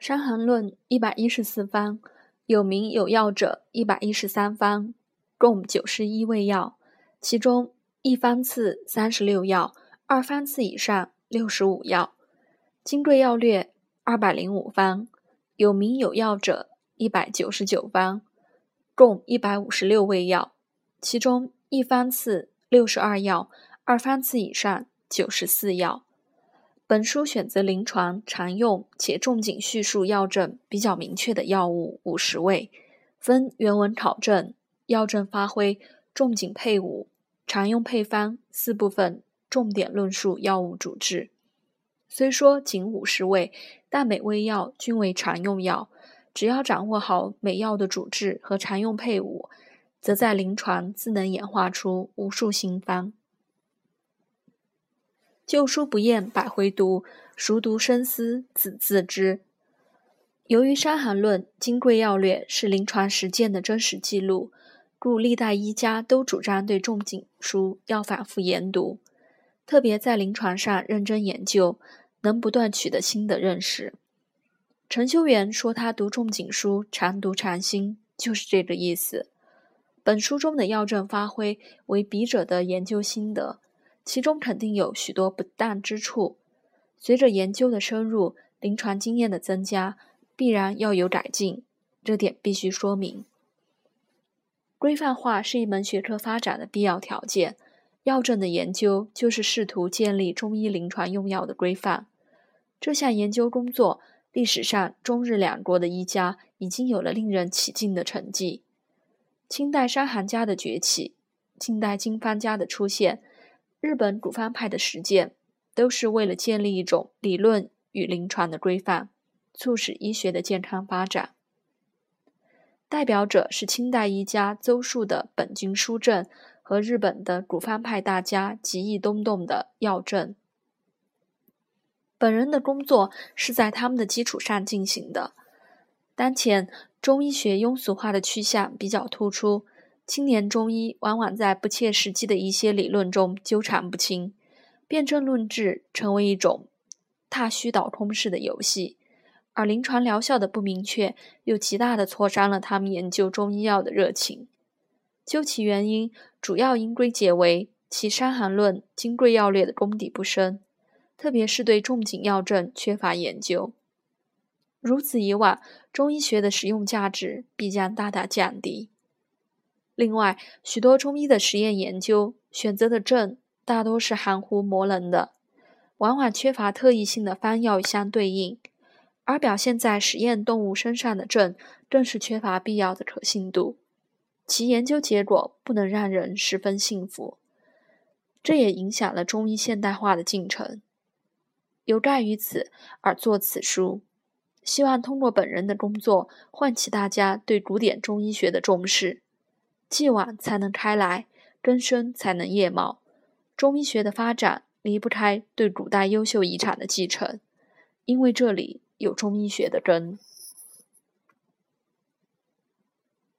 伤寒论114方，有名有药者113方，共91味药，其中一方次36药，二方次以上65药。金匮要略205方，有名有药者199方，共156味药，其中一方次62药，二方次以上94药。本书选择临床常用且重景叙述药证比较明确的药物50味，分原文考证、药证发挥、重景配伍、常用配方4部分，重点论述药物主治。虽说仅50味，但每味药均为常用药，只要掌握好每药的主治和常用配伍，则在临床自能演化出无数新方。旧书不厌百回读，熟读深思子自知。由于《伤寒论》《金匮要略》是临床实践的真实记录，故历代医家都主张对重景书要反复研读，特别在临床上认真研究，能不断取得新的认识。陈修缘说他读重景书常读常新，就是这个意思。本书中的药证发挥为笔者的研究心得，其中肯定有许多不当之处，随着研究的深入，临床经验的增加，必然要有改进，这点必须说明。规范化是一门学科发展的必要条件，药证的研究就是试图建立中医临床用药的规范。这项研究工作，历史上中日两国的医家已经有了令人起劲的成绩。清代伤寒家的崛起，近代经方家的出现，日本古方派的实践，都是为了建立一种理论与临床的规范，促使医学的健康发展。代表者是清代医家邹述的本经书证和日本的古方派大家吉义东洞的药证。本人的工作是在他们的基础上进行的。当前中医学庸俗化的趋向比较突出，青年中医往往在不切实际的一些理论中纠缠不清，辩证论治成为一种踏虚倒空式的游戏，而临床疗效的不明确又极大地挫伤了他们研究中医药的热情。究其原因，主要应归结为其《伤寒论》《金匮要略》的功底不深，特别是对重景药证缺乏研究。如此以往，中医学的实用价值必将大大降低。另外，许多中医的实验研究选择的证大多是含糊模棱的，往往缺乏特异性的方药相对应，而表现在实验动物身上的证更是缺乏必要的可信度，其研究结果不能让人十分信服。这也影响了中医现代化的进程。有盖于此而作此书，希望通过本人的工作唤起大家对古典中医学的重视，继往才能开来，根深才能叶茂。中医学的发展离不开对古代优秀遗产的继承，因为这里有中医学的根。